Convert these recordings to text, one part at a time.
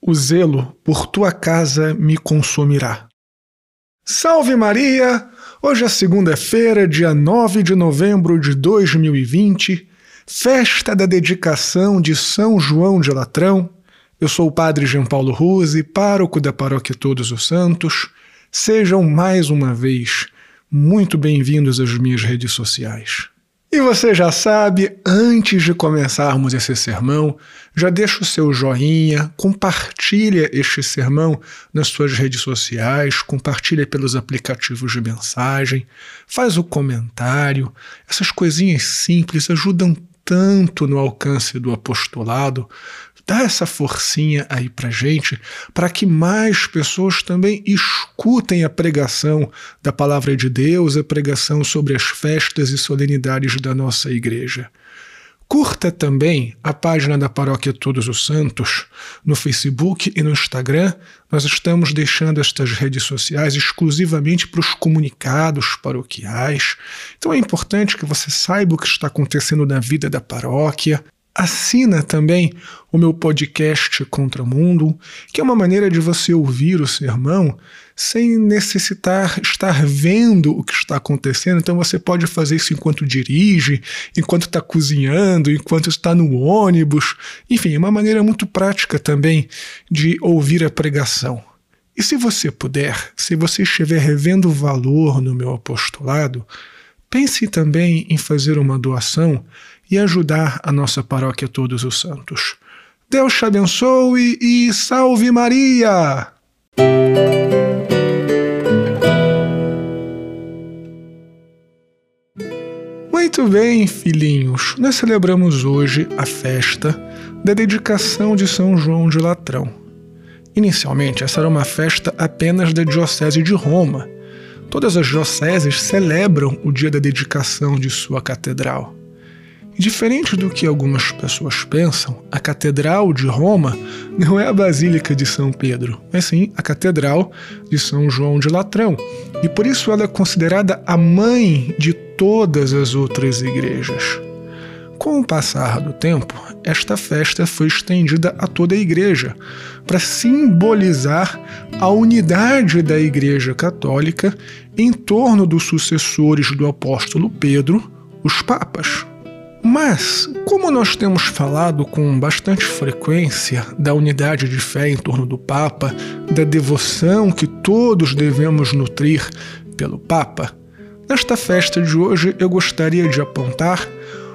o zelo por tua casa me consumirá. Salve Maria! Hoje é segunda-feira, dia 9 de novembro de 2020, festa da dedicação de São João de Latrão. Eu sou o Padre Jean Paulo Ruse, pároco da Paróquia Todos os Santos. Sejam mais uma vez muito bem-vindos às minhas redes sociais. E você já sabe, antes de começarmos esse sermão, já deixa o seu joinha, compartilha este sermão nas suas redes sociais, compartilha pelos aplicativos de mensagem, faz o comentário. Essas coisinhas simples ajudam tanto no alcance do apostolado. Dá essa forcinha aí pra gente, para que mais pessoas também escutem a pregação da Palavra de Deus, a pregação sobre as festas e solenidades da nossa igreja. Curta também a página da Paróquia Todos os Santos no Facebook e no Instagram. Nós estamos deixando estas redes sociais exclusivamente para os comunicados paroquiais. Então é importante que você saiba o que está acontecendo na vida da paróquia. Assina também o meu podcast Contra o Mundo, que é uma maneira de você ouvir o sermão sem necessitar estar vendo o que está acontecendo. Então você pode fazer isso enquanto dirige, enquanto está cozinhando, enquanto está no ônibus. Enfim, é uma maneira muito prática também de ouvir a pregação. E se você puder, se você estiver vendo valor no meu apostolado, pense também em fazer uma doação e ajudar a nossa Paróquia Todos os Santos. Deus te abençoe e salve Maria! Muito bem, filhinhos, nós celebramos hoje a festa da dedicação de São João de Latrão. Inicialmente, essa era uma festa apenas da Diocese de Roma. Todas as dioceses celebram o dia da dedicação de sua catedral. E diferente do que algumas pessoas pensam, a Catedral de Roma não é a Basílica de São Pedro, mas sim a Catedral de São João de Latrão. E por isso ela é considerada a mãe de todas as outras igrejas. Com o passar do tempo, esta festa foi estendida a toda a igreja, para simbolizar a unidade da Igreja Católica em torno dos sucessores do apóstolo Pedro, os papas. Mas, como nós temos falado com bastante frequência da unidade de fé em torno do Papa, da devoção que todos devemos nutrir pelo Papa, nesta festa de hoje eu gostaria de apontar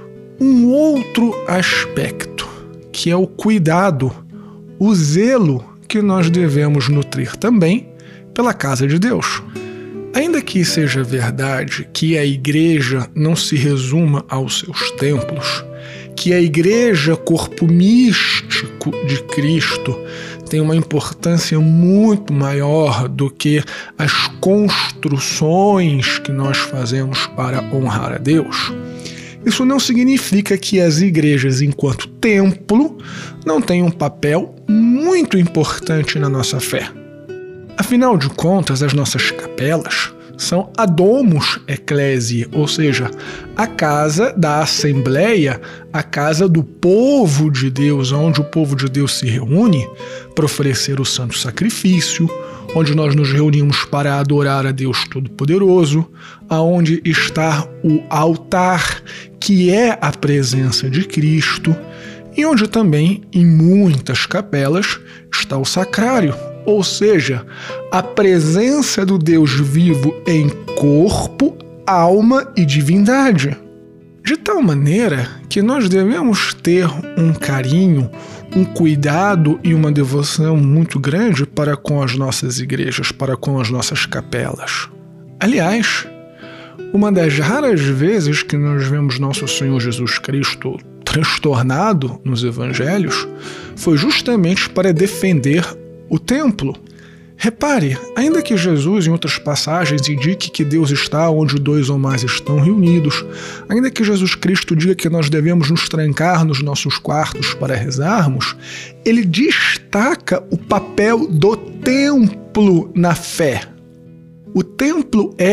um outro aspecto, que é o cuidado, o zelo que nós devemos nutrir também pela casa de Deus. Ainda que seja verdade que a igreja não se resuma aos seus templos, que a igreja, corpo místico de Cristo, tem uma importância muito maior do que as construções que nós fazemos para honrar a Deus, isso não significa que as igrejas, enquanto templo, não têm um papel muito importante na nossa fé. Afinal de contas, as nossas capelas são a domus ecclesiae, ou seja, a casa da Assembleia, a casa do povo de Deus, onde o povo de Deus se reúne para oferecer o santo sacrifício, onde nós nos reunimos para adorar a Deus Todo-Poderoso, aonde está o altar, que é a presença de Cristo, e onde também, em muitas capelas, está o sacrário, ou seja, a presença do Deus vivo em corpo, alma e divindade. De tal maneira que nós devemos ter um carinho, um cuidado e uma devoção muito grande para com as nossas igrejas, para com as nossas capelas. Aliás, uma das raras vezes que nós vemos nosso Senhor Jesus Cristo transtornado nos evangelhos foi justamente para defender o templo. Repare, ainda que Jesus em outras passagens indique que Deus está onde dois ou mais estão reunidos, ainda que Jesus Cristo diga que nós devemos nos trancar nos nossos quartos para rezarmos, ele destaca o papel do templo na fé. O templo é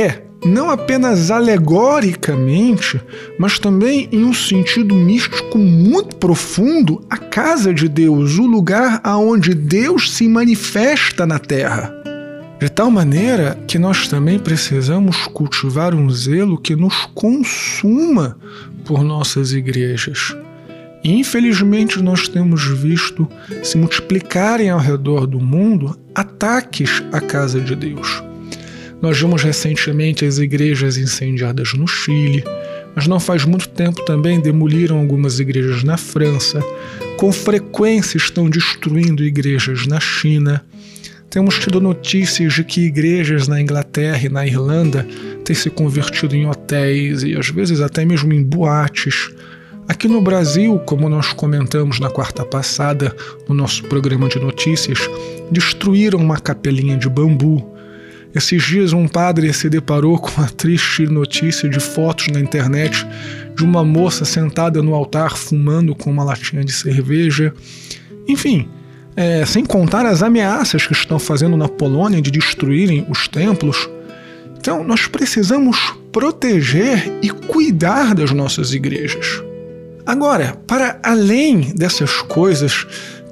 não apenas alegoricamente, mas também em um sentido místico muito profundo, a casa de Deus, o lugar aonde Deus se manifesta na terra. De tal maneira que nós também precisamos cultivar um zelo que nos consuma por nossas igrejas. E, infelizmente, nós temos visto se multiplicarem ao redor do mundo ataques à casa de Deus. Nós vimos recentemente as igrejas incendiadas no Chile, mas não faz muito tempo também demoliram algumas igrejas na França. Com frequência estão destruindo igrejas na China. Temos tido notícias de que igrejas na Inglaterra e na Irlanda têm se convertido em hotéis e às vezes até mesmo em boates. Aqui no Brasil, como nós comentamos na quarta passada, no nosso programa de notícias, destruíram uma capelinha de bambu. Esses dias um padre se deparou com a triste notícia de fotos na internet de uma moça sentada no altar fumando com uma latinha de cerveja. Enfim, sem contar as ameaças que estão fazendo na Polônia de destruírem os templos. Então nós precisamos proteger e cuidar das nossas igrejas. Agora, para além dessas coisas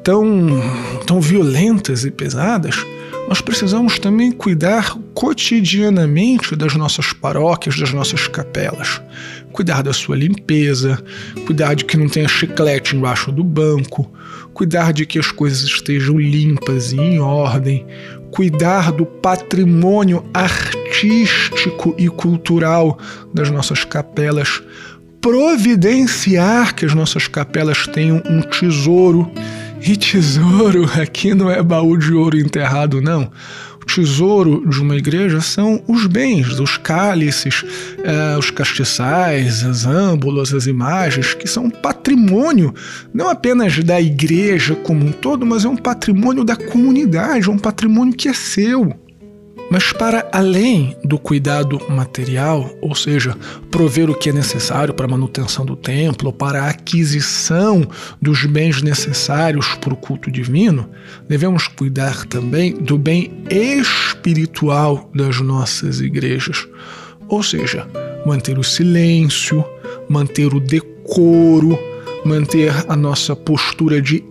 tão violentas e pesadas, nós precisamos também cuidar cotidianamente das nossas paróquias, das nossas capelas. Cuidar da sua limpeza, cuidar de que não tenha chiclete embaixo do banco, cuidar de que as coisas estejam limpas e em ordem, cuidar do patrimônio artístico e cultural das nossas capelas, providenciar que as nossas capelas tenham um tesouro. E tesouro aqui não é baú de ouro enterrado, não. O tesouro de uma igreja são os bens, os cálices, os castiçais, as âmbulas, as imagens, que são patrimônio não apenas da igreja como um todo, mas é um patrimônio da comunidade, é um patrimônio que é seu. Mas para além do cuidado material, ou seja, prover o que é necessário para a manutenção do templo, para a aquisição dos bens necessários para o culto divino, devemos cuidar também do bem espiritual das nossas igrejas. Ou seja, manter o silêncio, manter o decoro, manter a nossa postura de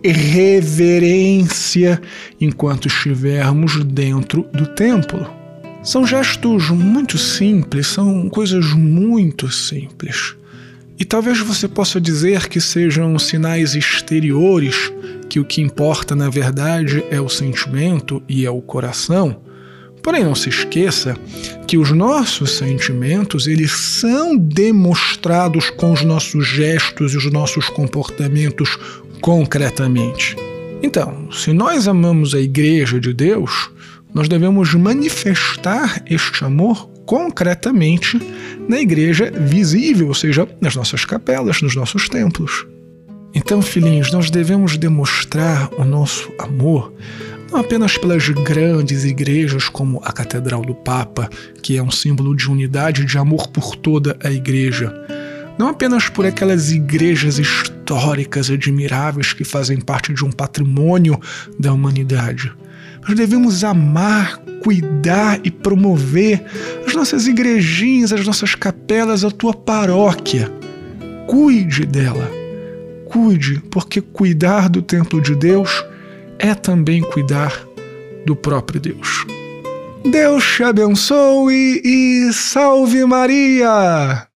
reverência enquanto estivermos dentro do templo. São gestos muito simples, são coisas muito simples. E talvez você possa dizer que sejam sinais exteriores, que o que importa na verdade é o sentimento e é o coração. Porém, não se esqueça que os nossos sentimentos, eles são demonstrados com os nossos gestos e os nossos comportamentos concretamente. Então, se nós amamos a Igreja de Deus, nós devemos manifestar este amor concretamente na igreja visível, ou seja, nas nossas capelas, nos nossos templos. Então, filhinhos, nós devemos demonstrar o nosso amor não apenas pelas grandes igrejas como a Catedral do Papa, que é um símbolo de unidade e de amor por toda a igreja, não apenas por aquelas igrejas históricas admiráveis que fazem parte de um patrimônio da humanidade. Nós devemos amar, cuidar e promover as nossas igrejinhas, as nossas capelas, a tua paróquia. Cuide dela. Cuide, porque cuidar do templo de Deus é também cuidar do próprio Deus. Deus te abençoe e salve Maria!